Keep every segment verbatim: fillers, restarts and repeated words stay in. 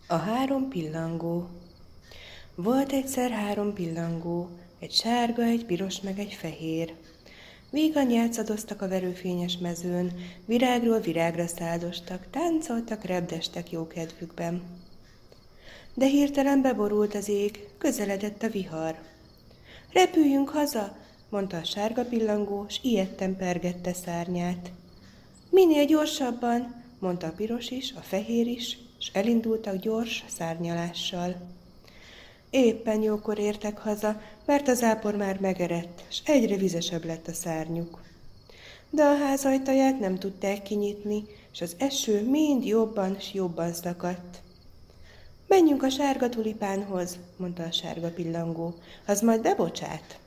A három pillangó. Volt egyszer három pillangó, egy sárga, egy piros, meg egy fehér. Vígan játszadoztak a verőfényes mezőn, virágról virágra száldostak, táncoltak, repdestek jókedvükben. De hirtelen beborult az ég, közeledett a vihar. Repüljünk haza, mondta a sárga pillangó, s ijedten pergette szárnyát. Minél gyorsabban, mondta a piros is, a fehér is, s elindultak gyors szárnyalással. Éppen jókor értek haza, mert az ápor már megerett, s egyre vizesebb lett a szárnyuk. De a ház ajtaját nem tudták kinyitni, s az eső mind jobban s jobban szakadt. Menjünk a sárga tulipánhoz, mondta a sárga pillangó, az majd bebocsát.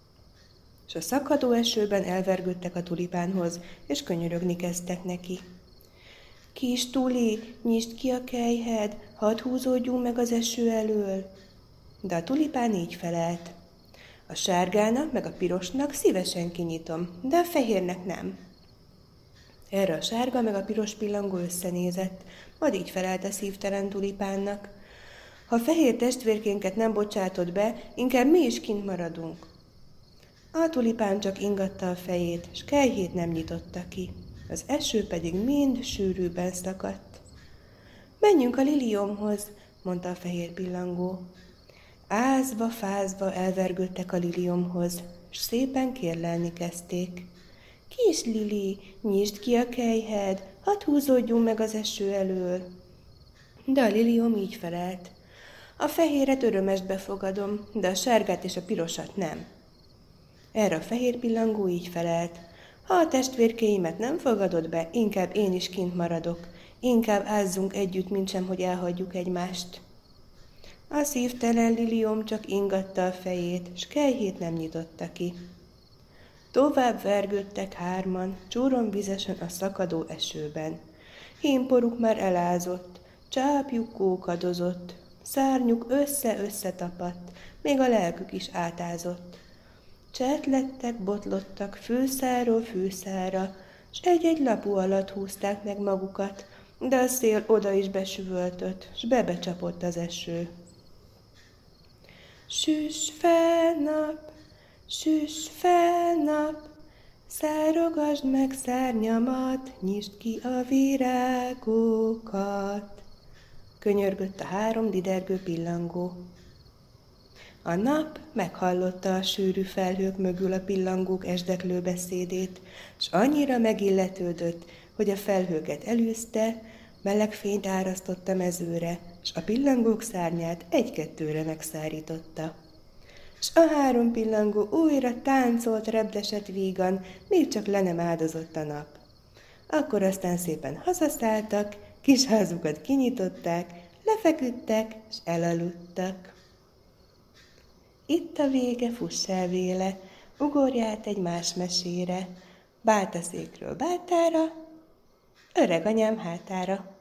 S a szakadó esőben elvergődtek a tulipánhoz, és könyörögni kezdtek neki. Kis tuli, nyisd ki a kelyhed, hadd húzódjunk meg az eső elől. De a tulipán így felelt. A sárgának meg a pirosnak szívesen kinyitom, de a fehérnek nem. Erre a sárga meg a piros pillangó összenézett, majd így felelt a szívtelen tulipánnak. Ha fehér testvérkénket nem bocsátod be, inkább mi is kint maradunk. A tulipán csak ingatta a fejét, s kelyhét nem nyitotta ki. Az eső pedig mind sűrűben szakadt. Menjünk a liliomhoz, mondta a fehér pillangó. Ázva, fázva elvergődtek a liliomhoz, s szépen kérlelni kezdték. Kis Lili, nyisd ki a kelyhed, hadd húzódjunk meg az eső elől. De a liliom így felelt. A fehéret örömest befogadom, de a sárgát és a pirosat nem. Erre a fehér pillangó így felelt. Ha a testvérkéimet nem fogadod be, inkább én is kint maradok. Inkább ázzunk együtt, mintsem, hogy elhagyjuk egymást. A szívtelen liliom csak ingatta a fejét, s kelyhét nem nyitotta ki. Tovább vergődtek hárman, csúron vizesen a szakadó esőben. Hímporuk már elázott, csápjuk kókadozott, szárnyuk össze-össze tapadt, még a lelkük is átázott. Csetlettek, botlottak fűszáról fűszára, s egy-egy lapú alatt húzták meg magukat, de a szél oda is besüvöltött, s bebecsapott az eső. Süss fel, nap, süss fel, nap, szárogasd meg szárnyamat, nyisd ki a virágokat, könyörgött a három didergő pillangó. A nap meghallotta a sűrű felhők mögül a pillangók esdeklő beszédét, s annyira megilletődött, hogy a felhőket elűzte, meleg fényt árasztott a mezőre, s a pillangók szárnyát egy-kettőre megszárította. S a három pillangó újra táncolt, repdesett vígan, még csak le nem áldozott a nap. Akkor aztán szépen hazaszálltak, kis házukat kinyitották, lefeküdtek, s elaludtak. Itt a vége, fuss el véle, ugorj át egy más mesére, báltaszékről báltára, öreg anyám hátára.